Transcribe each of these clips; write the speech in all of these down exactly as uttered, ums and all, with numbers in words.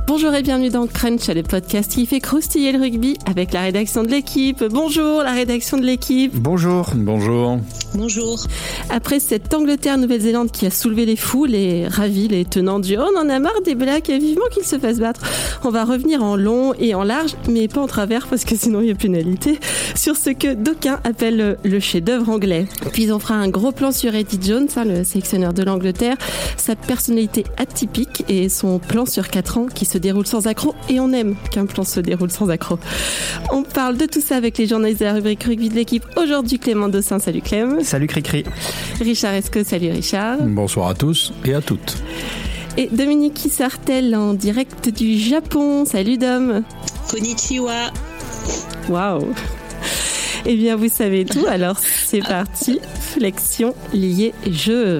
Bonjour et bienvenue dans Crunch, le podcast qui fait croustiller le rugby avec la rédaction de l'équipe. Bonjour la rédaction de l'équipe. Bonjour. Bonjour. Bonjour. Après cette Angleterre-Nouvelle-Zélande qui a soulevé les foules et ravi les tenants du « on en a marre des Blacks, vivement qu'ils se fassent battre », on va revenir en long et en large, mais pas en travers parce que sinon il y a pénalité, sur ce que d'aucuns appellent le chef-d'œuvre anglais. Puis on fera un gros plan sur Eddie Jones, hein, le sélectionneur de l'Angleterre, sa personnalité atypique et son plan sur quatre ans qui se déroule sans accroc, et on aime qu'un plan se déroule sans accroc. On parle de tout ça avec les journalistes de la rubrique rugby de l'équipe. Aujourd'hui, Clément Dossin. Salut Clem. Salut Cricri. Richard Esco. Salut Richard. Bonsoir à tous et à toutes. Et Dominique Sartel en direct du Japon. Salut Dom. Konnichiwa. Waouh. Eh bien, vous savez tout, alors c'est parti. Flexion liée jeu.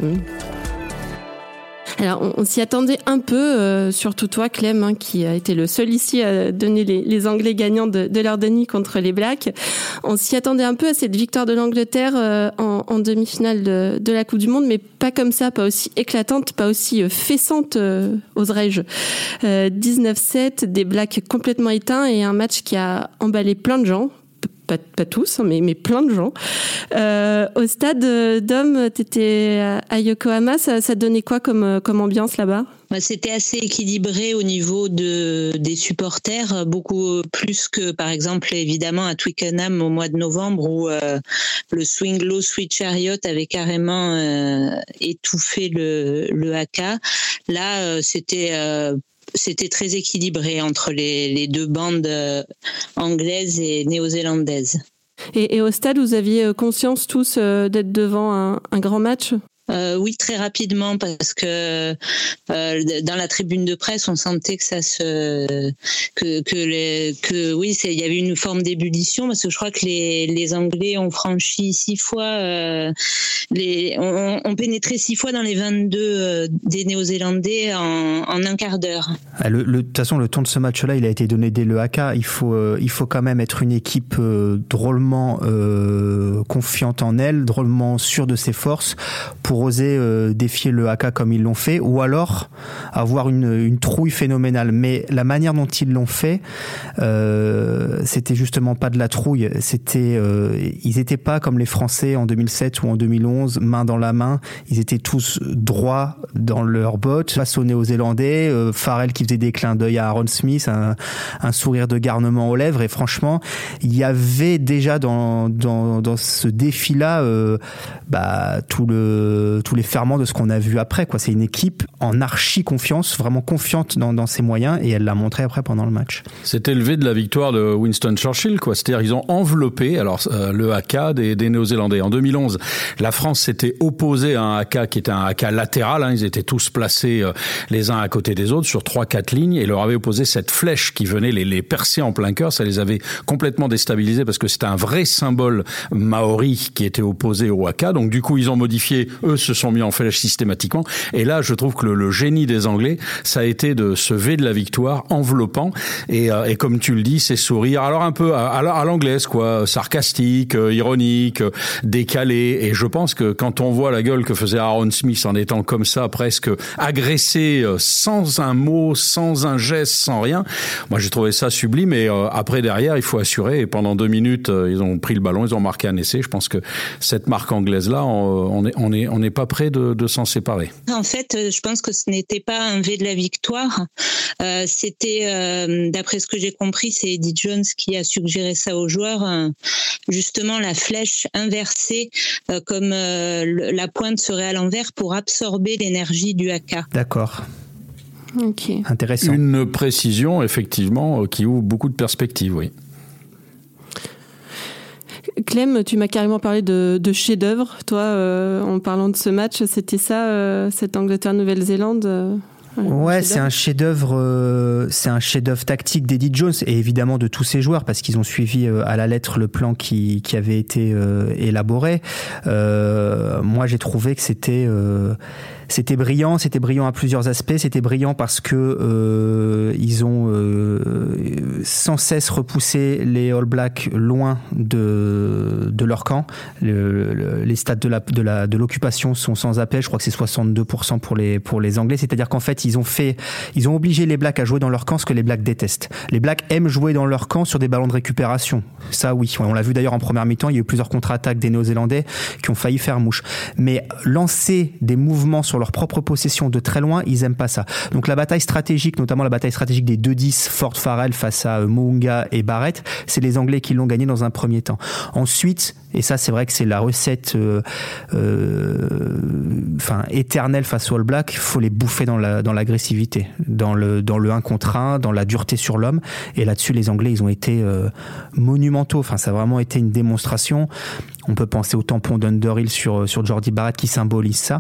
Alors, on, on s'y attendait un peu, euh, surtout toi, Clem, hein, qui a été le seul ici à donner les, les Anglais gagnants de, de leur demi contre les Blacks. On s'y attendait un peu à cette victoire de l'Angleterre euh, en, en demi-finale de, de la Coupe du Monde, mais pas comme ça, pas aussi éclatante, pas aussi euh, fessante, euh, oserais-je. Euh, dix-neuf sept, des Blacks complètement éteints et un match qui a emballé plein de gens. Pas, pas tous, mais, mais plein de gens. Euh, au stade, Dom, t'étais à Yokohama, ça, ça donnait quoi comme, comme ambiance là-bas ? C'était assez équilibré au niveau de, des supporters, beaucoup plus que par exemple évidemment à Twickenham au mois de novembre où euh, le Swing Low Sweet Chariot avait carrément euh, étouffé le, le haka. Là, euh, c'était... Euh, C'était très équilibré entre les, les deux bandes euh, anglaises et néo-zélandaises. Et, et au stade, vous aviez conscience tous euh, d'être devant un, un grand match ? Euh, oui, très rapidement, parce que euh, dans la tribune de presse, on sentait que ça se, que que les, que oui, c'est, il y avait une forme d'ébullition, parce que je crois que les les Anglais ont franchi six fois, euh, les, ont, ont pénétré six fois dans les vingt-deux euh, des Néo-Zélandais en, en un quart d'heure. Le, le, de toute façon, le ton de ce match-là, il a été donné dès le haka. Il faut, euh, il faut quand même être une équipe euh, drôlement euh, confiante en elle, drôlement sûre de ses forces pour oser euh, défier le haka comme ils l'ont fait, ou alors avoir une, une trouille phénoménale. Mais la manière dont ils l'ont fait, euh, c'était justement pas de la trouille. C'était, euh, ils étaient pas comme les Français en deux mille sept ou en deux mille onze, main dans la main. Ils étaient tous droits dans leurs bottes, face aux Néo-Zélandais. Euh, Farrell qui faisait des clins d'œil à Aaron Smith, un, un sourire de garnement aux lèvres. Et franchement, il y avait déjà dans dans, dans ce défi-là, euh, bah tout le tous les ferments de ce qu'on a vu après, quoi. C'est une équipe en archi confiance, vraiment confiante dans, dans ses moyens, et elle l'a montré après pendant le match. C'est élevé de la victoire de Winston Churchill, quoi. C'est-à-dire ils ont enveloppé alors euh, le haka des, des Néo-Zélandais. En deux mille onze, la France s'était opposée à un haka qui était un haka latéral, hein. Ils étaient tous placés euh, les uns à côté des autres sur trois quatre lignes, et leur avait opposé cette flèche qui venait les, les percer en plein cœur. Ça les avait complètement déstabilisés parce que c'était un vrai symbole maori qui était opposé au haka. Donc du coup ils ont modifié, eux se sont mis en flèche systématiquement, et là je trouve que le, le génie des Anglais, ça a été de se V de la victoire enveloppant, et, euh, et comme tu le dis, ces sourires, alors un peu à, à l'anglaise, quoi, sarcastique, euh, ironique, euh, décalé, et je pense que quand on voit la gueule que faisait Aaron Smith en étant comme ça, presque agressé, euh, sans un mot, sans un geste, sans rien, moi j'ai trouvé ça sublime. Et euh, après derrière il faut assurer, et pendant deux minutes euh, ils ont pris le ballon, ils ont marqué un essai. Je pense que cette marque anglaise là, on, on est on est on n'est pas prêt de, de s'en séparer. En fait, je pense que ce n'était pas un V de la victoire. Euh, c'était, euh, d'après ce que j'ai compris, c'est Eddie Jones qui a suggéré ça aux joueurs, euh, justement la flèche inversée, euh, comme euh, le, la pointe serait à l'envers pour absorber l'énergie du haka. D'accord. Ok. Intéressant. Une précision, effectivement, euh, qui ouvre beaucoup de perspectives, oui. Clem, tu m'as carrément parlé de, de chef-d'œuvre. Toi, euh, en parlant de ce match, c'était ça, euh, cette Angleterre-Nouvelle-Zélande euh, Ouais, c'est un chef-d'œuvre, euh, c'est un chef-d'œuvre tactique d'Eddie Jones et évidemment de tous ses joueurs parce qu'ils ont suivi euh, à la lettre le plan qui qui avait été euh, élaboré. Euh, moi, j'ai trouvé que c'était euh, C'était brillant, c'était brillant à plusieurs aspects. C'était brillant parce que euh, ils ont euh, sans cesse repoussé les All Blacks loin de de leur camp. Le, le, les stats de la de la de l'occupation sont sans appel. Je crois que c'est soixante-deux pour cent pour les pour les Anglais. C'est-à-dire qu'en fait, ils ont fait, ils ont obligé les Blacks à jouer dans leur camp ce que les Blacks détestent. Les Blacks aiment jouer dans leur camp sur des ballons de récupération. Ça, oui, on l'a vu d'ailleurs en première mi-temps. Il y a eu plusieurs contre-attaques des Néo-Zélandais qui ont failli faire mouche. Mais lancer des mouvements sur leur propre possession de très loin, ils aiment pas ça. Donc la bataille stratégique, notamment la bataille stratégique des deux dix, Ford Farrell face à Mounga et Barrett, c'est les Anglais qui l'ont gagné dans un premier temps. Ensuite, et ça c'est vrai que c'est la recette euh, euh, enfin, éternelle face aux All Blacks, il faut les bouffer dans, la, dans l'agressivité, dans le, dans le un contre un, dans la dureté sur l'homme. Et là-dessus, les Anglais, ils ont été euh, monumentaux. Enfin, ça a vraiment été une démonstration. On peut penser au tampon d'Underhill sur, sur Jordi Barrett qui symbolise ça.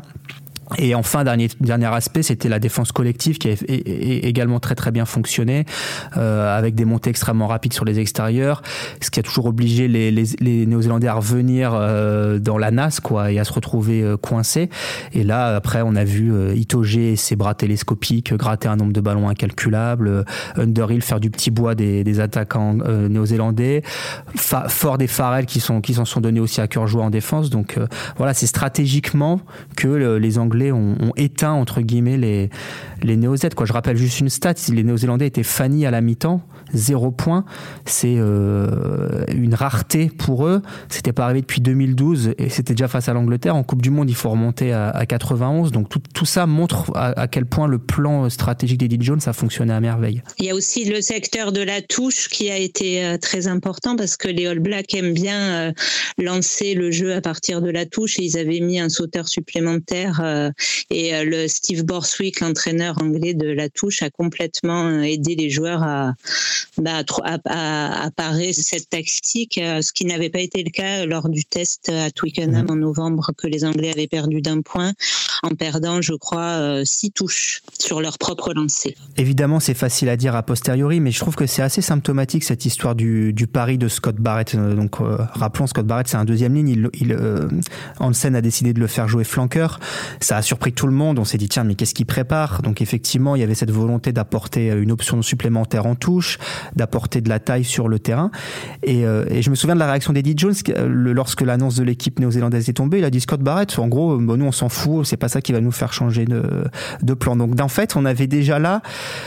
Et enfin, dernier, dernier aspect, c'était la défense collective qui a également très très bien fonctionné, euh, avec des montées extrêmement rapides sur les extérieurs, ce qui a toujours obligé les, les, les Néo-Zélandais à revenir euh, dans la nasse, quoi, et à se retrouver euh, coincés. Et là, après, on a vu euh, Itoje et ses bras télescopiques gratter un nombre de ballons incalculable, euh, Underhill faire du petit bois des, des attaquants euh, néo-zélandais, Fa- Ford et Farrell qui sont qui s'en sont donnés aussi à cœur joie en défense. Donc euh, voilà, c'est stratégiquement que euh, les Anglais Ont, ont éteint entre guillemets les les Néo-Z, quoi. Je rappelle juste une stat, les Néo-Zélandais étaient fannis à la mi-temps, zéro point, c'est euh, une rareté pour eux. C'était pas arrivé depuis deux mille douze et c'était déjà face à l'Angleterre. En Coupe du Monde, il faut remonter à, à quatre-vingt-onze. Donc tout, tout ça montre à, à quel point le plan stratégique d'Eddie Jones a fonctionné à merveille. Il y a aussi le secteur de la touche qui a été très important parce que les All Blacks aiment bien lancer le jeu à partir de la touche et ils avaient mis un sauteur supplémentaire et le Steve Borswick, l'entraîneur anglais de la touche, a complètement aidé les joueurs à, bah, à, à, à parer cette tactique, ce qui n'avait pas été le cas lors du test à Twickenham en novembre que les Anglais avaient perdu d'un point en perdant, je crois, six touches sur leur propre lancer. Évidemment, c'est facile à dire a posteriori, mais je trouve que c'est assez symptomatique cette histoire du, du pari de Scott Barrett. Donc, euh, rappelons, Scott Barrett, c'est un deuxième ligne. Il, il, euh, Hansen a décidé de le faire jouer flanqueur. Ça a surpris tout le monde. On s'est dit, tiens, mais qu'est-ce qu'il prépare? Donc, effectivement, il y avait cette volonté d'apporter une option supplémentaire en touche, d'apporter de la taille sur le terrain. Et, euh, et je me souviens de la réaction d'Eddie Jones lorsque l'annonce de l'équipe néo-zélandaise est tombée. Il a dit, Scott Barrett, en gros, bon, nous, on s'en fout. C'est pas ça qui va nous faire changer de, de plan. Donc, en fait, on avait déjà là,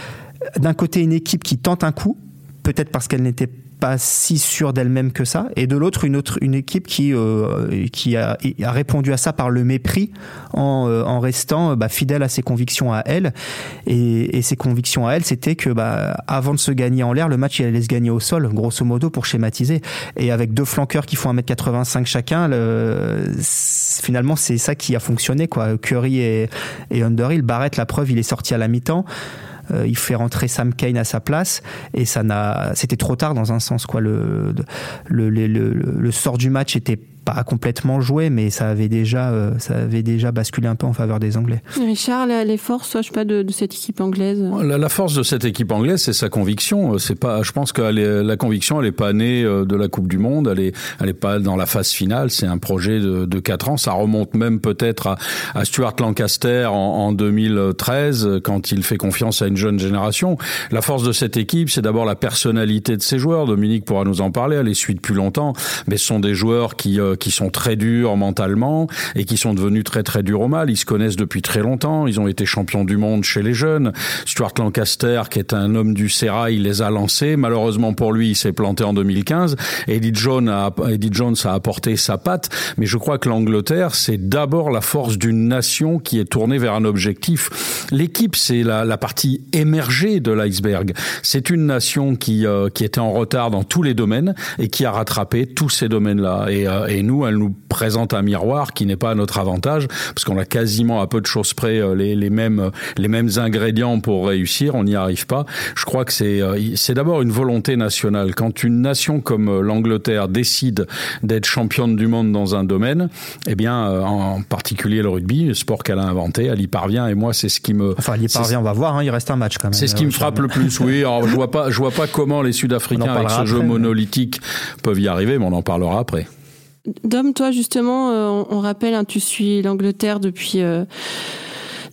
d'un côté, une équipe qui tente un coup, peut-être parce qu'elle n'était pas si sûre d'elle-même que ça, et de l'autre une autre une équipe qui euh, qui a, a répondu à ça par le mépris en euh, en restant bah, fidèle à ses convictions à elle, et, et ses convictions à elle, c'était que bah avant de se gagner en l'air, le match il allait se gagner au sol, grosso modo, pour schématiser, et avec deux flanqueurs qui font un mètre quatre-vingt-cinq chacun, le, finalement c'est ça qui a fonctionné, quoi. Curry et, et Underhill. Barrett, la preuve, il est sorti à la mi-temps. Euh, il fait rentrer Sam Cane à sa place et ça n'a, c'était trop tard dans un sens, quoi. Le, le, le, le, le sort du match était pas complètement joué, mais ça avait déjà, euh, ça avait déjà basculé un peu en faveur des Anglais. Richard, les forces, je sais pas, de, de cette équipe anglaise. La, la force de cette équipe anglaise, c'est sa conviction. C'est pas, je pense que la conviction, elle est pas née de la Coupe du Monde. Elle est, elle est pas dans la phase finale. C'est un projet de, de quatre ans. Ça remonte même peut-être à, à Stuart Lancaster en, en deux mille treize, quand il fait confiance à une jeune génération. La force de cette équipe, c'est d'abord la personnalité de ses joueurs. Dominique pourra nous en parler. Elle les suit depuis longtemps, mais ce sont des joueurs qui qui sont très durs mentalement et qui sont devenus très très durs au mal. Ils se connaissent depuis très longtemps. Ils ont été champions du monde chez les jeunes. Stuart Lancaster, qui est un homme du sérail, il les a lancés. Malheureusement pour lui, il s'est planté en deux mille quinze. Eddie Jones a, Eddie Jones a apporté sa patte. Mais je crois que l'Angleterre, c'est d'abord la force d'une nation qui est tournée vers un objectif. L'équipe, c'est la, la partie émergée de l'iceberg. C'est une nation qui, euh, qui était en retard dans tous les domaines et qui a rattrapé tous ces domaines-là. Et, euh, et nous, elle nous présente un miroir qui n'est pas à notre avantage, parce qu'on a quasiment à peu de choses près les, les mêmes les mêmes ingrédients pour réussir. On n'y arrive pas. Je crois que c'est c'est d'abord une volonté nationale. Quand une nation comme l'Angleterre décide d'être championne du monde dans un domaine, eh bien, en particulier le rugby, le sport qu'elle a inventé, elle y parvient. Et moi, c'est ce qui me enfin, elle y parvient. On va voir. Hein, il reste un match quand même. C'est ce qui me frappe le plus. Oui. Alors, je vois pas je vois pas comment les Sud-Africains avec ce après, jeu monolithique mais... peuvent y arriver, mais on en parlera après. Dom, toi justement, euh, on rappelle, hein, tu suis l'Angleterre depuis euh,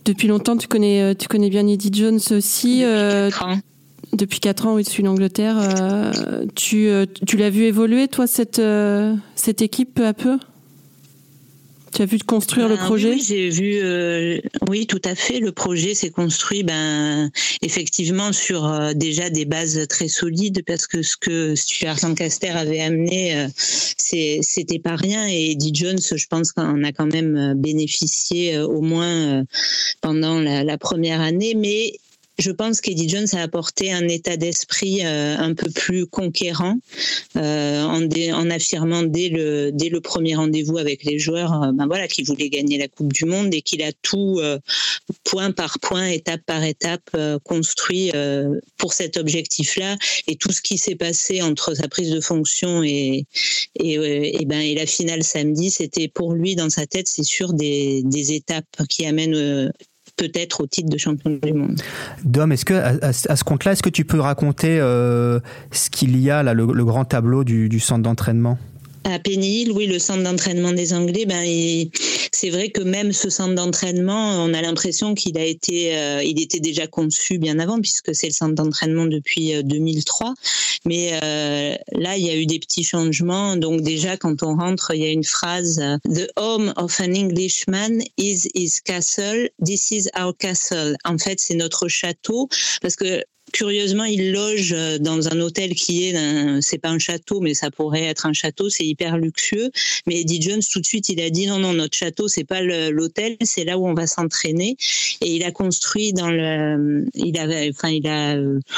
depuis longtemps, tu connais, tu connais bien Eddie Jones aussi. Depuis euh, quatre ans. Depuis quatre ans, oui, depuis l'Angleterre. Euh, tu, tu l'as vu évoluer, toi, cette, euh, cette équipe, peu à peu ? Tu as vu construire ben, le projet ? Oui, j'ai vu. Euh, oui, tout à fait. Le projet s'est construit, ben, effectivement, sur euh, déjà des bases très solides, parce que ce que Stuart Lancaster avait amené, euh, c'est, c'était pas rien. Et Eddie Jones, je pense qu'on a quand même bénéficié euh, au moins euh, pendant la, la première année, mais je pense qu'Eddie Jones a apporté un état d'esprit euh, un peu plus conquérant euh, en, dé, en affirmant dès le, dès le premier rendez-vous avec les joueurs euh, ben voilà, qu'il voulait gagner la Coupe du Monde et qu'il a tout, euh, point par point, étape par étape, euh, construit euh, pour cet objectif-là. Et tout ce qui s'est passé entre sa prise de fonction et, et, euh, et, ben, et la finale samedi, c'était pour lui, dans sa tête, c'est sûr, des, des étapes qui amènent... Euh, peut-être au titre de champion du monde. Dom, est-ce que à, à, à ce compte-là, est-ce que tu peux raconter euh, ce qu'il y a là, le, le grand tableau du, du centre d'entraînement ? À Penny Hill, oui, le centre d'entraînement des Anglais, ben, il, c'est vrai que même ce centre d'entraînement, on a l'impression qu'il a été, euh, il était déjà conçu bien avant, puisque c'est le centre d'entraînement depuis euh, deux mille trois. Mais euh, là, il y a eu des petits changements. Donc déjà, quand on rentre, il y a une phrase « The home of an Englishman is his castle. This is our castle ». En fait, c'est notre château, parce que curieusement, il loge dans un hôtel qui est, un, c'est pas un château, mais ça pourrait être un château, c'est hyper luxueux. Mais Eddie Jones, tout de suite, il a dit non, non, notre château, c'est pas le, l'hôtel, c'est là où on va s'entraîner. Et il a construit dans le, il avait, enfin, il a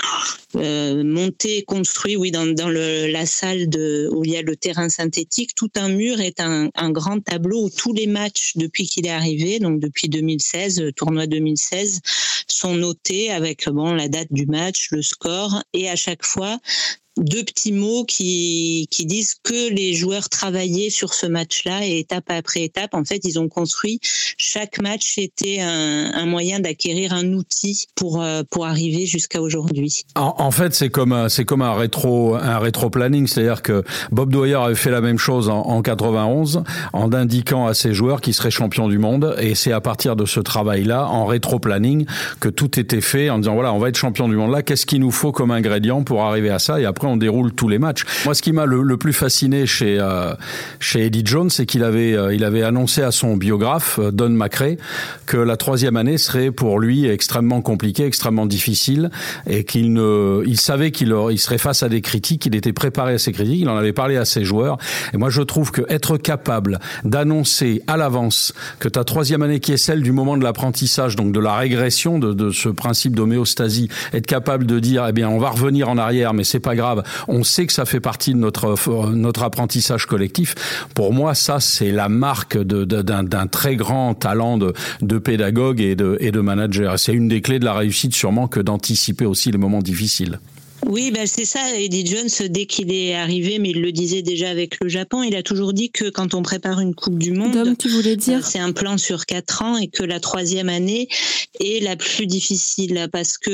euh, monté, construit, oui, dans, dans le, la salle de, où il y a le terrain synthétique, tout un mur est un, un grand tableau où tous les matchs depuis qu'il est arrivé, donc depuis deux mille seize, tournoi deux mille seize, sont notés avec bon la date du match, le score, et à chaque fois deux petits mots qui, qui disent que les joueurs travaillaient sur ce match-là, et étape après étape, en fait, ils ont construit, chaque match était un, un moyen d'acquérir un outil pour, pour arriver jusqu'à aujourd'hui. En, en fait, c'est comme un, c'est comme un rétro, un rétro-planning, c'est-à-dire que Bob Dwyer avait fait la même chose en, en quatre-vingt-onze, en indiquant à ses joueurs qu'ils seraient champions du monde, et c'est à partir de ce travail-là, en rétro-planning, que tout était fait, en disant, voilà, on va être champion du monde là, qu'est-ce qu'il nous faut comme ingrédient pour arriver à ça, et après, on déroule tous les matchs. Moi, ce qui m'a le, le plus fasciné chez euh, chez Eddie Jones, c'est qu'il avait euh, il avait annoncé à son biographe Don McRae que la troisième année serait pour lui extrêmement compliquée, extrêmement difficile, et qu'il ne il savait qu'il il serait face à des critiques. Il était préparé à ces critiques. Il en avait parlé à ses joueurs. Et moi, je trouve que être capable d'annoncer à l'avance que ta troisième année, qui est celle du moment de l'apprentissage, donc de la régression de, de ce principe d'homéostasie, être capable de dire, eh bien, on va revenir en arrière, mais c'est pas grave. On sait que ça fait partie de notre notre apprentissage collectif. Pour moi, ça, c'est la marque de, de, d'un, d'un très grand talent de, de pédagogue et de, et de manager. C'est une des clés de la réussite, sûrement, que d'anticiper aussi les moments difficiles. Oui, ben c'est ça, Eddie Jones, dès qu'il est arrivé, mais il le disait déjà avec le Japon, il a toujours dit que quand on prépare une Coupe du Monde, Dom, tu voulais dire c'est un plan sur quatre ans, et que la troisième année est la plus difficile, parce que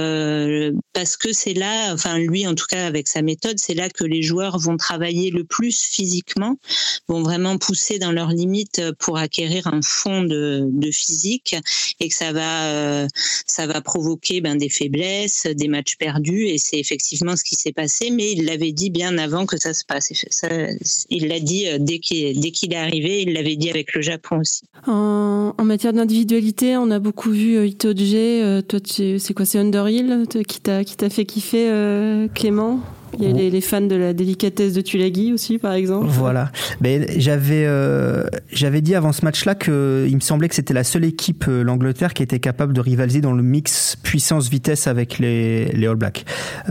euh, parce que c'est là, enfin lui en tout cas avec sa méthode, c'est là que les joueurs vont travailler le plus physiquement, vont vraiment pousser dans leurs limites pour acquérir un fond de, de physique, et que ça va euh, ça va provoquer ben des faiblesses, des matchs perdus, et c'est effectivement ce qui s'est passé, mais il l'avait dit bien avant que ça se passe. Ça, il l'a dit dès qu'il, dès qu'il est arrivé, il l'avait dit avec le Japon aussi. En, en matière d'individualité, on a beaucoup vu Itoje. Euh, toi, tu, c'est quoi, c'est Underhill qui t'a, qui t'a fait kiffer, euh, Clément ? Il y a les, les fans de la délicatesse de Tulagi aussi, par exemple. Voilà. Mais j'avais, euh, j'avais dit avant ce match-là qu'il me semblait que c'était la seule équipe, euh, l'Angleterre, qui était capable de rivaliser dans le mix puissance-vitesse avec les, les All Blacks.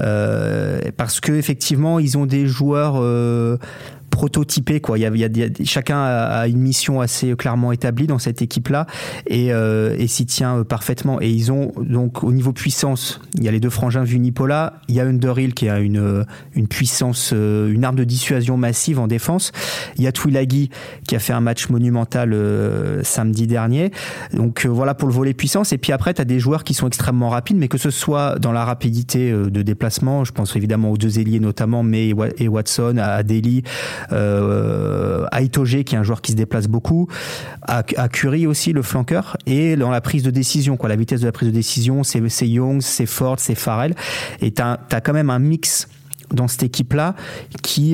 Euh, parce que effectivement, ils ont des joueurs euh, prototypés, quoi. Il y a, il y a, il y a chacun a une mission assez clairement établie dans cette équipe-là, et, euh, et s'y tient parfaitement. Et ils ont donc au niveau puissance, il y a les deux frangins Vunipola, il y a Underhill qui a une une puissance, une arme de dissuasion massive en défense. Il y a Tuilagi qui a fait un match monumental euh, samedi dernier. Donc euh, voilà pour le volet puissance. Et puis après, tu as des joueurs qui sont extrêmement rapides, mais que ce soit dans la rapidité de déplacement, je pense évidemment aux deux ailiers notamment, May et Watson, à Daly, euh, à Itoje qui est un joueur qui se déplace beaucoup, à, à Curry aussi le flanqueur, et dans la prise de décision, quoi, la vitesse de la prise de décision, c'est, c'est Young, c'est Ford, c'est Farrell, et t'as, t'as quand même un mix dans cette équipe-là qui,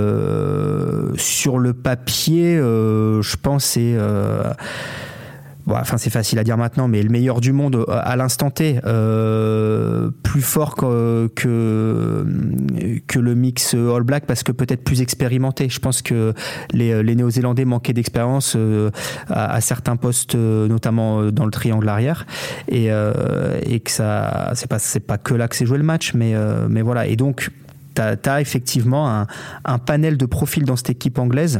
euh, sur le papier, euh, je pense, c'est euh, bon, enfin c'est facile à dire maintenant, mais le meilleur du monde à l'instant T, euh, plus fort que, que que le mix All Black, parce que peut-être plus expérimenté. Je pense que les, les Néo-Zélandais manquaient d'expérience euh, à, à certains postes, notamment dans le triangle arrière, et, euh, et que ça, c'est pas c'est pas que là que s'est joué le match, mais euh, mais voilà. Et donc t'as, t'as effectivement un, un panel de profils dans cette équipe anglaise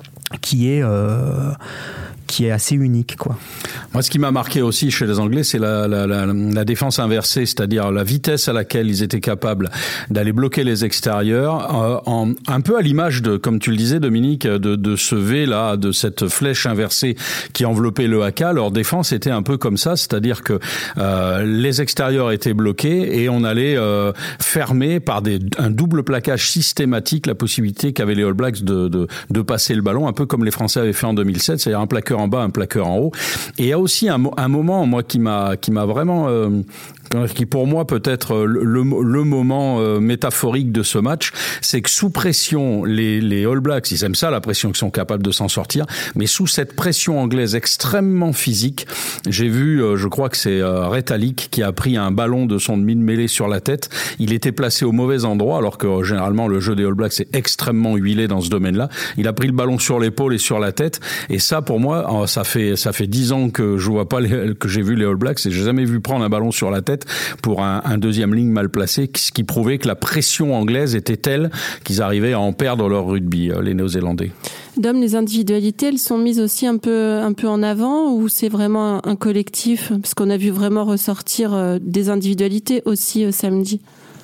qui est euh, qui est assez unique, quoi. Moi, ce qui m'a marqué aussi chez les Anglais, c'est la, la, la, la défense inversée, c'est-à-dire la vitesse à laquelle ils étaient capables d'aller bloquer les extérieurs, euh, en, un peu à l'image de, comme tu le disais, Dominique, de, de ce V là, de cette flèche inversée qui enveloppait le Haka. Leur défense était un peu comme ça, c'est-à-dire que euh, les extérieurs étaient bloqués et on allait euh, fermer par des, un double plaquage systématique la possibilité qu'avaient les All Blacks de, de, de passer le ballon, un peu comme les Français avaient fait en deux mille sept, c'est-à-dire un plaqueur en bas, un plaqueur en haut. Et il y a aussi un, un moment, moi, qui m'a, qui m'a vraiment, euh, qui pour moi peut être le, le, le moment euh, métaphorique de ce match, c'est que sous pression, les, les All Blacks, ils aiment ça, la pression, qu'ils sont capables de s'en sortir, mais sous cette pression anglaise extrêmement physique, j'ai vu, euh, je crois que c'est euh, Retallick qui a pris un ballon de son demi de mêlée sur la tête. Il était placé au mauvais endroit, alors que euh, généralement le jeu des All Blacks est extrêmement huilé dans ce domaine-là. Il a pris le ballon sur l'épaule et sur la tête, et ça, pour moi, euh, ça fait ça fait dix ans que je vois pas les, que j'ai vu les All Blacks, et j'ai jamais vu prendre un ballon sur la tête pour un, un deuxième ligne mal placé, ce qui prouvait que la pression anglaise était telle qu'ils arrivaient à en perdre leur rugby, les Néo-Zélandais. Dom, les individualités, elles sont mises aussi un peu, un peu en avant, ou c'est vraiment un collectif? Parce qu'on a vu vraiment ressortir des individualités aussi samedi.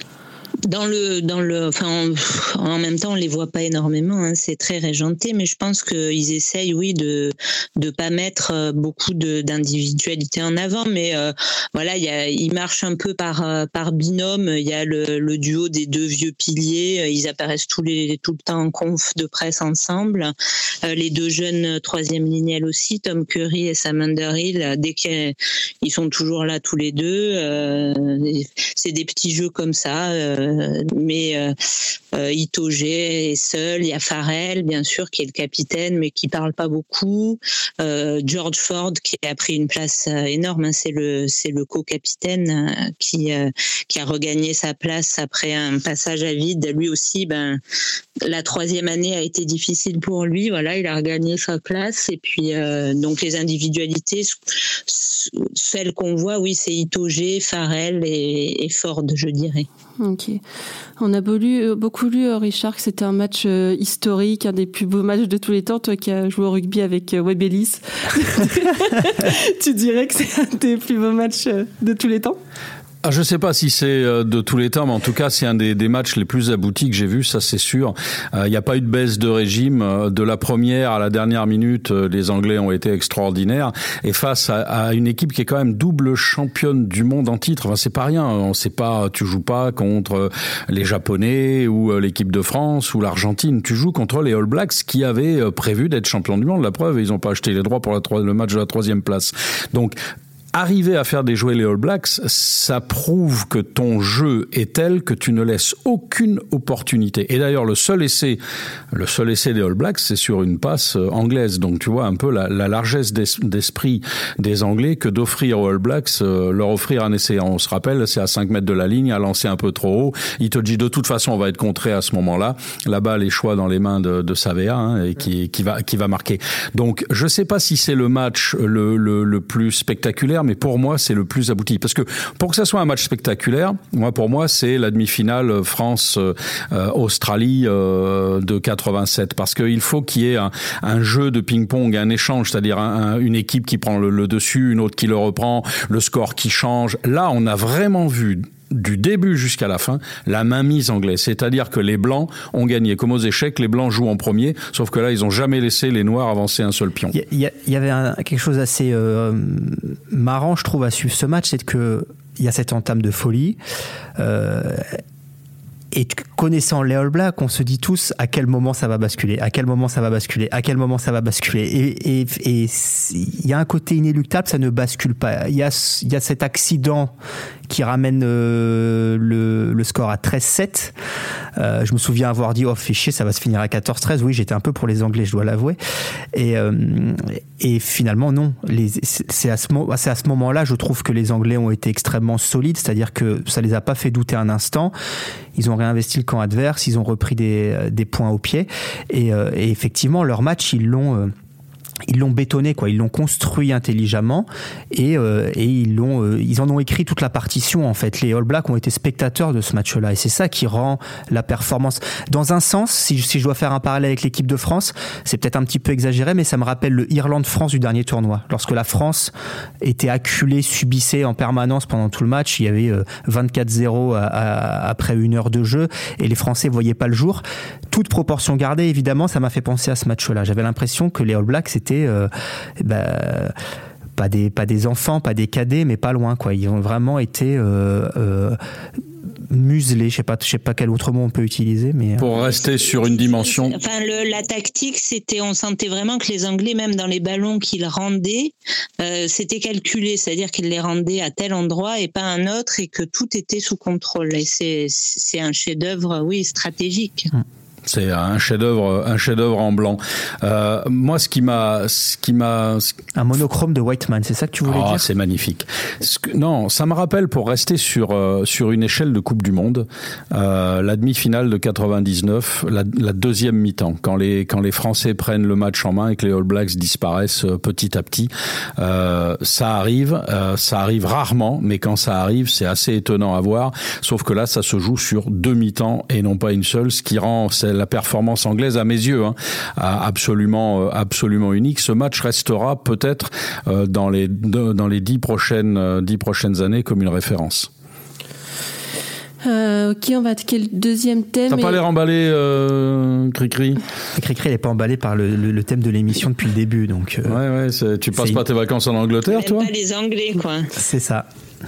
Dans le, dans le, enfin, en même temps, on les voit pas énormément, hein, c'est très régenté, mais je pense qu'ils essayent, oui, de, de pas mettre beaucoup de, d'individualité en avant, mais euh, voilà, il y a, ils marchent un peu par, par binôme. Il y a le, le duo des deux vieux piliers, ils apparaissent tous les, tout le temps en conf de presse ensemble. Euh, les deux jeunes troisième lignelles aussi, Tom Curry et Sam Underhill, dès qu'ils sont toujours là tous les deux, euh, c'est des petits jeux comme ça. Euh, mais euh, euh, Itoje est seul, il y a Farrell bien sûr qui est le capitaine mais qui parle pas beaucoup, euh, George Ford qui a pris une place euh, énorme, hein, c'est le c'est le co-capitaine euh, qui euh, qui a regagné sa place après un passage à vide. Lui aussi, ben la troisième année a été difficile pour lui, voilà, il a regagné sa place. Et puis euh, donc les individualités, celles qu'on voit, oui, c'est Itoje, Farrell et, et Ford, je dirais. Ok. On a beaucoup, beaucoup lu, Richard, que c'était un match euh, historique, un des plus beaux matchs de tous les temps. Toi qui as joué au rugby avec euh, Webb Ellis, tu dirais que c'est un des plus beaux matchs euh, de tous les temps? Ah, je sais pas si c'est de tous les temps, mais en tout cas, c'est un des, des matchs les plus aboutis que j'ai vus, ça c'est sûr. Il euh, n'y a pas eu de baisse de régime. De la première à la dernière minute, les Anglais ont été extraordinaires. Et face à, à une équipe qui est quand même double championne du monde en titre, enfin, c'est pas rien. On sait pas, tu joues pas contre les Japonais ou l'équipe de France ou l'Argentine. Tu joues contre les All Blacks qui avaient prévu d'être champions du monde. La preuve, ils ont pas acheté les droits pour la, le match de la troisième place. Donc, arriver à faire déjouer les All Blacks, ça prouve que ton jeu est tel que tu ne laisses aucune opportunité. Et d'ailleurs, le seul essai, le seul essai des All Blacks, c'est sur une passe anglaise. Donc, tu vois un peu la, la largesse d'esprit des Anglais que d'offrir aux All Blacks, euh, leur offrir un essai. On se rappelle, c'est à cinq mètres de la ligne, à lancer un peu trop haut. Il te dit, de toute façon, on va être contré à ce moment-là. La balle est choix dans les mains de, de Savea, hein, et qui, qui va, qui va marquer. Donc, je sais pas si c'est le match le, le, le plus spectaculaire, mais pour moi, c'est le plus abouti. Parce que pour que ça soit un match spectaculaire, moi, pour moi, c'est la demi-finale France-Australie euh, de quatre-vingt-sept. Parce qu'il faut qu'il y ait un, un jeu de ping-pong, un échange, c'est-à-dire un, un, une équipe qui prend le, le dessus, une autre qui le reprend, le score qui change. Là, on a vraiment vu du début jusqu'à la fin, la mainmise anglaise. C'est-à-dire que les Blancs ont gagné. Comme aux échecs, les Blancs jouent en premier, sauf que là, ils n'ont jamais laissé les Noirs avancer un seul pion. Il y, y, y avait un, quelque chose assez euh, marrant, je trouve, à suivre ce match, c'est qu'il y a cette entame de folie. Euh, Et connaissant les All Blacks, on se dit tous à quel moment ça va basculer, à quel moment ça va basculer, à quel moment ça va basculer. Et et il y a un côté inéluctable, ça ne bascule pas. Il y a il y a cet accident qui ramène euh, le, le score à treize sept. Euh, je me souviens avoir dit, oh, fait chier, ça va se finir à quatorze treize. Oui, j'étais un peu pour les Anglais, je dois l'avouer. Et, euh, et finalement, non. Les, c'est, à ce, c'est à ce moment-là, je trouve que les Anglais ont été extrêmement solides, c'est-à-dire que ça les a pas fait douter un instant. Ils ont réinvesti le camp adverse, ils ont repris des, des points au pied. Et, euh, et effectivement, leur match, ils l'ont... Euh, Ils l'ont bétonné, quoi. Ils l'ont construit intelligemment et, euh, et ils l'ont, euh, ils en ont écrit toute la partition, en fait. Les All Blacks ont été spectateurs de ce match-là et c'est ça qui rend la performance. Dans un sens, si je, si je dois faire un parallèle avec l'équipe de France, c'est peut-être un petit peu exagéré, mais ça me rappelle le Irlande-France du dernier tournoi. Lorsque la France était acculée, subissait en permanence pendant tout le match, il y avait euh, vingt-quatre zéro à, à, après une heure de jeu et les Français voyaient pas le jour. Toute proportion gardée, évidemment, ça m'a fait penser à ce match-là. J'avais l'impression que les All Blacks, c'était Euh, bah, pas des pas des enfants, pas des cadets, mais pas loin, quoi. Ils ont vraiment été euh, euh, muselés. Je sais pas, je sais pas quel autre mot on peut utiliser, mais pour euh, rester sur une dimension. Enfin, le, la tactique, c'était, on sentait vraiment que les Anglais, même dans les ballons qu'ils rendaient, euh, c'était calculé, c'est-à-dire qu'ils les rendaient à tel endroit et pas un autre, et que tout était sous contrôle. Et c'est c'est un chef-d'œuvre, oui, stratégique. Hum. C'est un chef-d'œuvre, un chef-d'œuvre en blanc. Euh, moi, ce qui m'a, ce qui m'a, un monochrome de Whiteman, c'est ça que tu voulais oh, dire ? C'est magnifique. Ce que, non, ça me rappelle, pour rester sur euh, sur une échelle de Coupe du Monde, euh, la demi-finale de quatre-vingt-dix-neuf, la, la deuxième mi-temps, quand les quand les Français prennent le match en main et que les All Blacks disparaissent petit à petit. Euh, ça arrive, euh, ça arrive rarement, mais quand ça arrive, c'est assez étonnant à voir. Sauf que là, ça se joue sur deux mi-temps et non pas une seule, ce qui rend la performance anglaise, à mes yeux, hein, absolument, absolument unique. Ce match restera peut-être euh, dans les dans les dix prochaines euh, dix prochaines années comme une référence. Euh, ok, on va attaquer le deuxième thème. T'as et... pas l'air emballé, euh, Cricri? Cricri, elle est pas emballée par le, le, le thème de l'émission depuis le début, donc. Euh, ouais, ouais. C'est, tu passes c'est... pas tes vacances en Angleterre, toi? Pas les Anglais, quoi. C'est ça.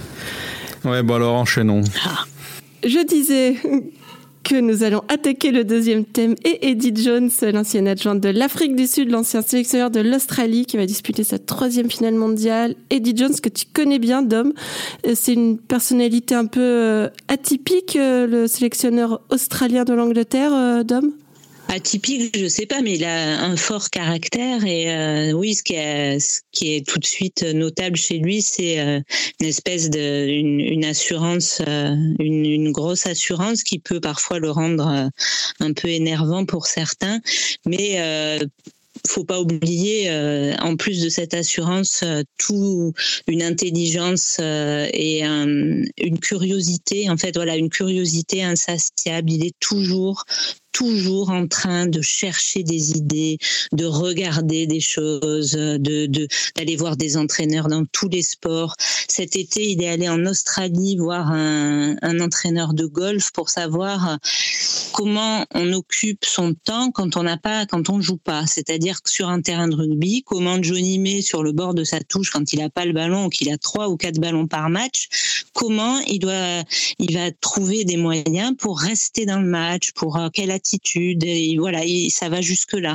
Ouais, bon alors enchaînons. Ah. Je disais que nous allons attaquer le deuxième thème et Eddie Jones, l'ancienne adjointe de l'Afrique du Sud, l'ancien sélectionneur de l'Australie qui va disputer sa troisième finale mondiale. Eddie Jones, que tu connais bien, Dom. C'est une personnalité un peu atypique, le sélectionneur australien de l'Angleterre, Dom. Atypique, je sais pas, mais il a un fort caractère et euh, oui, ce qui est ce qui est tout de suite notable chez lui, c'est euh, une espèce de une, une assurance, euh, une, une grosse assurance qui peut parfois le rendre euh, un peu énervant pour certains, mais euh, faut pas oublier, euh, en plus de cette assurance, euh, tout une intelligence euh, et un, une curiosité. En fait, voilà, une curiosité insatiable. Il est toujours toujours en train de chercher des idées, de regarder des choses, de, de d'aller voir des entraîneurs dans tous les sports. Cet été, il est allé en Australie voir un, un entraîneur de golf pour savoir comment on occupe son temps quand on n'a pas, quand on joue pas. C'est-à-dire que sur un terrain de rugby, comment Johnny met sur le bord de sa touche quand il a pas le ballon ou qu'il a trois ou quatre ballons par match, comment il doit, il va trouver des moyens pour rester dans le match, pour quelle attitude, et voilà, et ça va jusque là.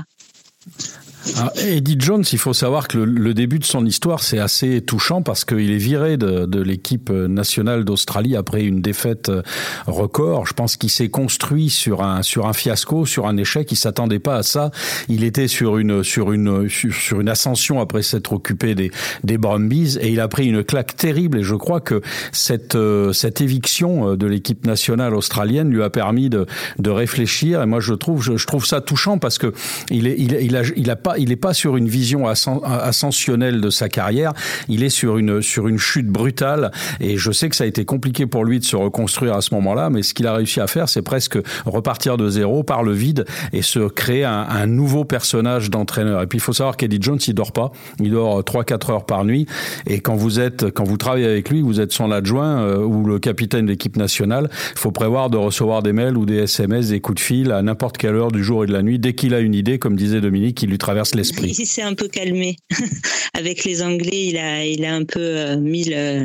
Ah, Eddie Jones, il faut savoir que le, le début de son histoire, c'est assez touchant parce qu'il est viré de, de l'équipe nationale d'Australie après une défaite record. Je pense qu'il s'est construit sur un sur un fiasco, sur un échec. Il s'attendait pas à ça. Il était sur une sur une sur une ascension après s'être occupé des des Brumbies et il a pris une claque terrible. Et je crois que cette cette éviction de l'équipe nationale australienne lui a permis de de réfléchir. Et moi, je trouve je, je trouve ça touchant parce que il est il il a il a pas il est pas sur une vision ascensionnelle de sa carrière, il est sur une sur une chute brutale et je sais que ça a été compliqué pour lui de se reconstruire à ce moment-là, mais ce qu'il a réussi à faire, c'est presque repartir de zéro par le vide et se créer un, un nouveau personnage d'entraîneur. Et puis il faut savoir qu'Eddie Jones, il dort pas, il dort trois quatre heures par nuit et quand vous êtes quand vous travaillez avec lui, vous êtes son adjoint euh, ou le capitaine de l'équipe nationale, il faut prévoir de recevoir des mails ou des S M S, des coups de fil à n'importe quelle heure du jour et de la nuit dès qu'il a une idée, comme disait Dominique, qui lui traverse l'esprit. Il s'est un peu calmé avec les Anglais. Il a, il a un peu mis le,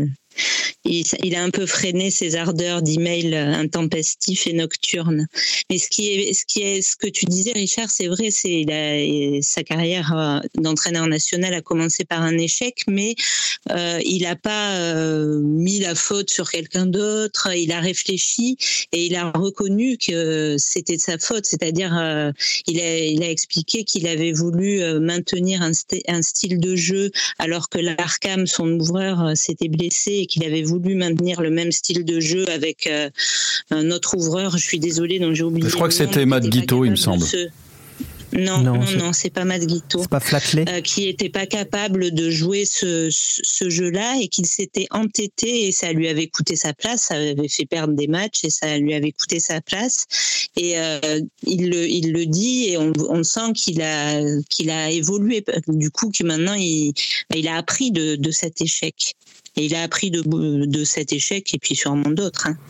il, il a un peu freiné ses ardeurs d'email intempestifs et nocturnes. Mais ce qui est, ce qui est, ce que tu disais, Richard, c'est vrai, c'est il a, sa carrière d'entraîneur national a commencé par un échec, mais euh, il n'a pas euh, mis la faute sur quelqu'un d'autre. Il a réfléchi et il a reconnu que c'était de sa faute. C'est-à-dire, euh, il a, il a expliqué qu'il avait voulu maintenir un, st- un style de jeu alors que Larkham, son ouvreur, s'était blessé et qu'il avait voulu maintenir le même style de jeu avec euh, un autre ouvreur. Je suis désolée, donc j'ai oublié. Je crois que c'était Matt Guiteau, il me semble. Se... Non, non, non, c'est, non, c'est pas Matt Guiteau. C'est pas Flatley. Euh, qui était pas capable de jouer ce, ce jeu-là et qu'il s'était entêté et ça lui avait coûté sa place, ça avait fait perdre des matchs et ça lui avait coûté sa place. Et euh, il le, il le dit et on, on sent qu'il a, qu'il a évolué. Du coup, que maintenant il, il a appris de, de cet échec. Et il a appris de, de cet échec et puis sûrement d'autres. Hein.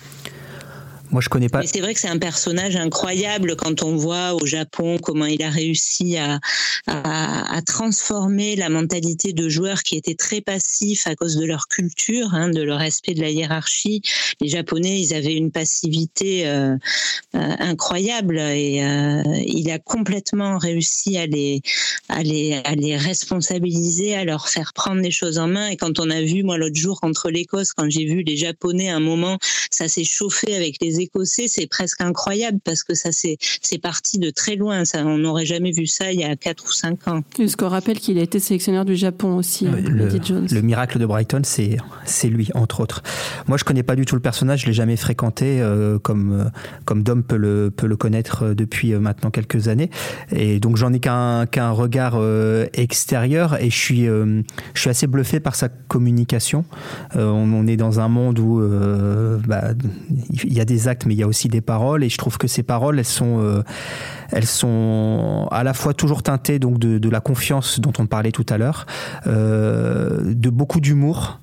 Moi, je connais pas. Mais c'est vrai que c'est un personnage incroyable quand on voit au Japon comment il a réussi à, à, à transformer la mentalité de joueurs qui étaient très passifs à cause de leur culture, hein, de leur respect de la hiérarchie. Les Japonais, ils avaient une passivité euh, euh, incroyable et euh, il a complètement réussi à les, à les, à les responsabiliser, à leur faire prendre les choses en main. Et quand on a vu, moi, l'autre jour contre l'Écosse, quand j'ai vu les Japonais, à un moment, ça s'est chauffé avec les Écossais, c'est presque incroyable parce que ça c'est c'est parti de très loin. Ça, on n'aurait jamais vu ça il y a quatre ou cinq ans. Parce qu'on rappelle qu'il a été sélectionneur du Japon aussi, le, le, Eddie Jones. Le miracle de Brighton, c'est c'est lui entre autres. Moi, je connais pas du tout le personnage, je l'ai jamais fréquenté euh, comme comme Dom peut le peut le connaître depuis maintenant quelques années. Et donc j'en ai qu'un qu'un regard euh, extérieur et je suis euh, je suis assez bluffé par sa communication. Euh, on, on est dans un monde où euh, bah, il y a des actes mais il y a aussi des paroles et je trouve que ces paroles elles sont euh, elles sont à la fois toujours teintées donc de, de la confiance dont on parlait tout à l'heure, euh, de beaucoup d'humour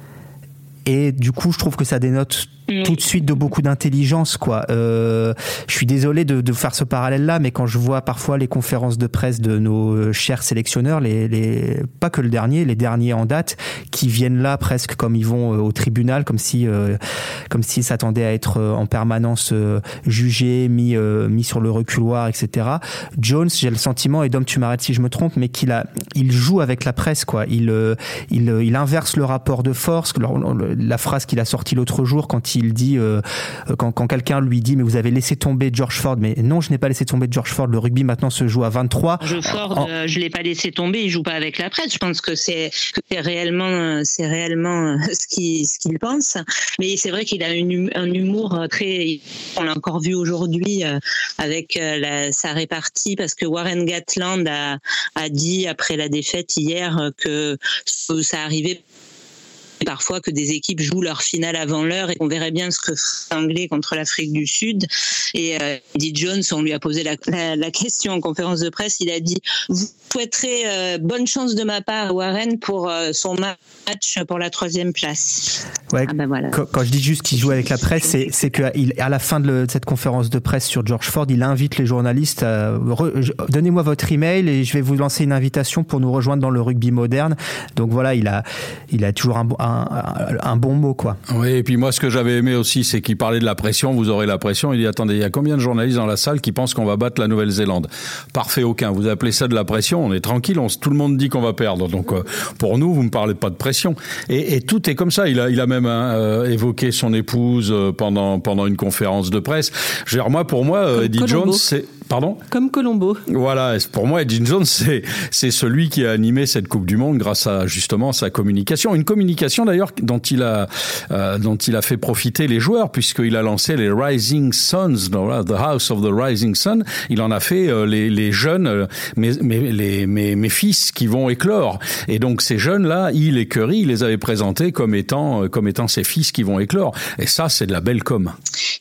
et du coup je trouve que ça dénote tout de suite de beaucoup d'intelligence quoi. Euh, je suis désolé de, de faire ce parallèle là mais quand je vois parfois les conférences de presse de nos chers sélectionneurs, les, les pas que le dernier, les derniers en date qui viennent là presque comme ils vont au tribunal, comme si euh, comme s'ils s'attendaient à être en permanence euh, jugés, mis euh, mis sur le reculoir, et cetera. Jones, j'ai le sentiment, et Dom tu m'arrêtes si je me trompe, mais qu'il a il joue avec la presse quoi. Il euh, il il inverse le rapport de force. La phrase qu'il a sortie l'autre jour quand il il dit euh, quand, quand quelqu'un lui dit mais vous avez laissé tomber George Ford, mais non je n'ai pas laissé tomber George Ford, le rugby maintenant se joue à vingt-trois. George Ford, en... euh, je l'ai pas laissé tomber, il joue pas avec la presse. Je pense que c'est que c'est réellement c'est réellement ce qu'il ce qu'il pense. Mais c'est vrai qu'il a une, un humour très, on l'a encore vu aujourd'hui euh, avec euh, la, sa répartie parce que Warren Gatland a a dit après la défaite hier que ça arrivait parfois que des équipes jouent leur finale avant l'heure et qu'on verrait bien ce que ferait l'Anglais contre l'Afrique du Sud. Et euh, Eddie Jones, on lui a posé la, la, la question en conférence de presse, il a dit « Vous souhaiterez euh, bonne chance de ma part à Warren pour euh, son match pour la troisième place. » Ouais, ah ben voilà. quand, quand je dis juste qu'il joue avec la presse, c'est, c'est qu'à la fin de, le, de cette conférence de presse sur George Ford, il invite les journalistes à re, donnez-moi votre email et je vais vous lancer une invitation pour nous rejoindre dans le rugby moderne. Donc voilà, il a, il a toujours un, un, un bon mot, quoi. Oui, et puis moi, ce que j'avais aimé aussi, c'est qu'il parlait de la pression. Vous aurez la pression. Il dit attendez, il y a combien de journalistes dans la salle qui pensent qu'on va battre la Nouvelle-Zélande? Parfait, aucun. Vous appelez ça de la pression? On est tranquille. On, tout le monde dit qu'on va perdre. Donc euh, pour nous, vous me parlez pas de pression. Et, et tout est comme ça. Il a, il a même euh, évoqué son épouse pendant pendant une conférence de presse. Je veux dire, moi, pour moi, Comme Eddie Colombo. Jones, c'est Pardon ? Comme Colombo. Voilà, pour moi, Eddie Jones, c'est, c'est celui qui a animé cette Coupe du Monde grâce à justement sa communication. Une communication d'ailleurs dont il a, euh, dont il a fait profiter les joueurs puisqu'il a lancé les Rising Suns, The House of the Rising Sun. Il en a fait euh, les, les jeunes, euh, mes, mes, les, mes, mes fils qui vont éclore. Et donc ces jeunes-là, Hill et Curry, il les avait présentés comme étant, euh, comme étant ses fils qui vont éclore. Et ça, c'est de la belle com.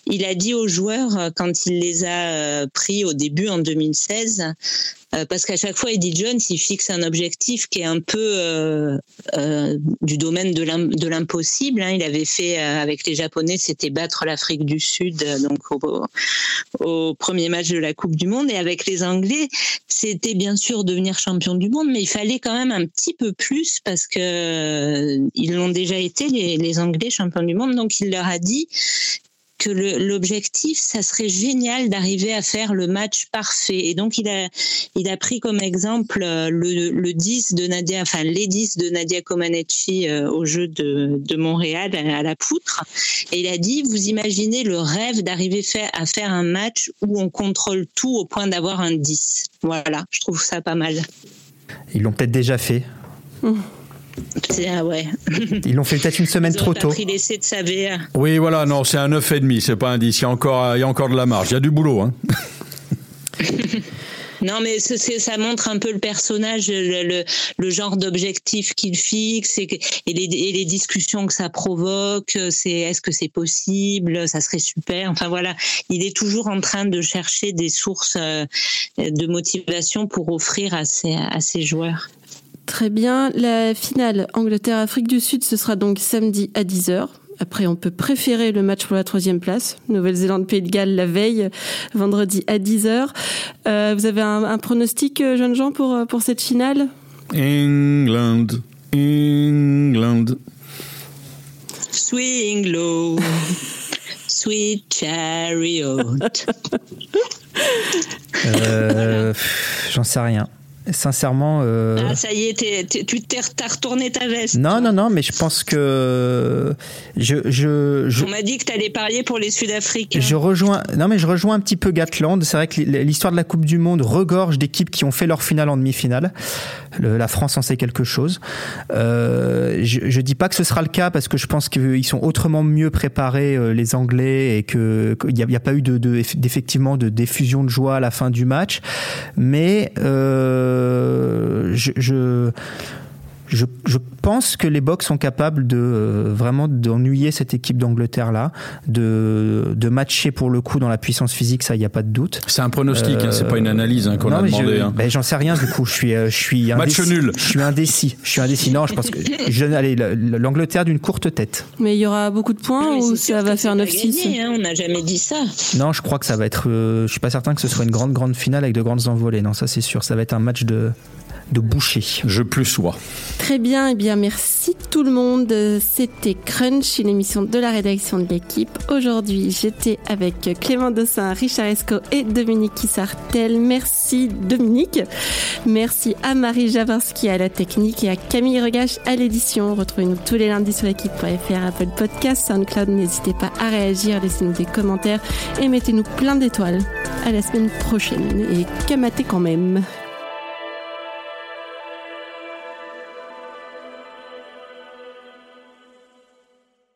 il a dit aux joueurs quand il les a pris au début en deux mille seize. Euh, parce qu'à chaque fois, Eddie Jones, il fixe un objectif qui est un peu euh, euh, du domaine de, l'im- de l'impossible. Hein. Il avait fait euh, avec les Japonais, c'était battre l'Afrique du Sud euh, donc au, au premier match de la Coupe du Monde. Et avec les Anglais, c'était bien sûr devenir champion du monde, mais il fallait quand même un petit peu plus parce que euh, ils l'ont déjà été, les, les Anglais champions du monde. Donc il leur a dit que le, l'objectif, ça serait génial d'arriver à faire le match parfait. Et donc, il a, il a pris comme exemple le, le dix de Nadia, enfin, les dix de Nadia Comaneci euh, au jeu de, de Montréal à, à la poutre. Et il a dit, vous imaginez le rêve d'arriver fait, à faire un match où on contrôle tout au point d'avoir un dix. Voilà, je trouve ça pas mal. Ils l'ont peut-être déjà fait. Mmh. C'est, ah ouais. Ils l'ont fait peut-être une semaine trop tôt. Pris l'essai de sa V A. Oui, voilà, non, c'est un neuf virgule cinq, c'est pas un dix. Il y a encore, il y a encore de la marge. Il y a du boulot, hein. Non, mais c'est, c'est, ça montre un peu le personnage, le, le, le genre d'objectif qu'il fixe et, et, les, et les discussions que ça provoque. C'est est-ce que c'est possible? Ça serait super. Enfin voilà, il est toujours en train de chercher des sources de motivation pour offrir à ses, à ses joueurs. Très bien. La finale Angleterre-Afrique du Sud, ce sera donc samedi à dix heures. Après, on peut préférer le match pour la troisième place. Nouvelle-Zélande-Pays de Galles la veille, vendredi à dix heures. Euh, vous avez un, un pronostic, jeunes gens, pour, pour cette finale? England, England. Swing low, sweet chariot. euh, j'en sais rien. Sincèrement. Euh... Ah, ça y est, t'es, t'es, tu t'es t'as retourné ta veste. Non, non, non, mais je pense que je, je, je... On m'a dit que t'allais parier pour les Sud-Africains. Je rejoins. Non, mais je rejoins un petit peu Gatland. C'est vrai que l'histoire de la Coupe du Monde regorge d'équipes qui ont fait leur finale en demi-finale. Le, la France en sait quelque chose. Euh, je, je dis pas que ce sera le cas parce que je pense qu'ils sont autrement mieux préparés, euh, les Anglais, et que qu'il y a, il y a pas eu de, de, d'effectivement de diffusion de joie à la fin du match. Mais euh, Je, je, je, je pense que les Boks sont capables de euh, vraiment d'ennuyer cette équipe d'Angleterre là, de, de matcher pour le coup dans la puissance physique, ça il y a pas de doute. C'est un pronostic, euh, hein, c'est pas une analyse hein, qu'on non, a demandé. Je, hein. ben, j'en sais rien du coup, je suis, je suis match indécis, nul. Je suis indécis, je suis indécis. Non, je pense que je, allez, l'Angleterre d'une courte tête. Mais il y aura beaucoup de points ou ça va faire neuf six gagné, hein, on n'a jamais dit ça. Non, je crois que ça va être. Euh, je suis pas certain que ce soit une grande grande finale avec de grandes envolées. Non, ça c'est sûr, ça va être un match de. de boucher. Je plus sois. Très bien, et eh bien merci tout le monde. C'était Crunch, une émission de la rédaction de l'équipe. Aujourd'hui, j'étais avec Clément Dossin, Richard Esco et Dominique Kissartel. Merci Dominique. Merci à Marie Jaworski à la technique et à Camille Regache à l'édition. Retrouvez-nous tous les lundis sur l'équipe point f r, Apple Podcast, SoundCloud. N'hésitez pas à réagir, laissez-nous des commentaires et mettez-nous plein d'étoiles. À la semaine prochaine et kamaté quand même.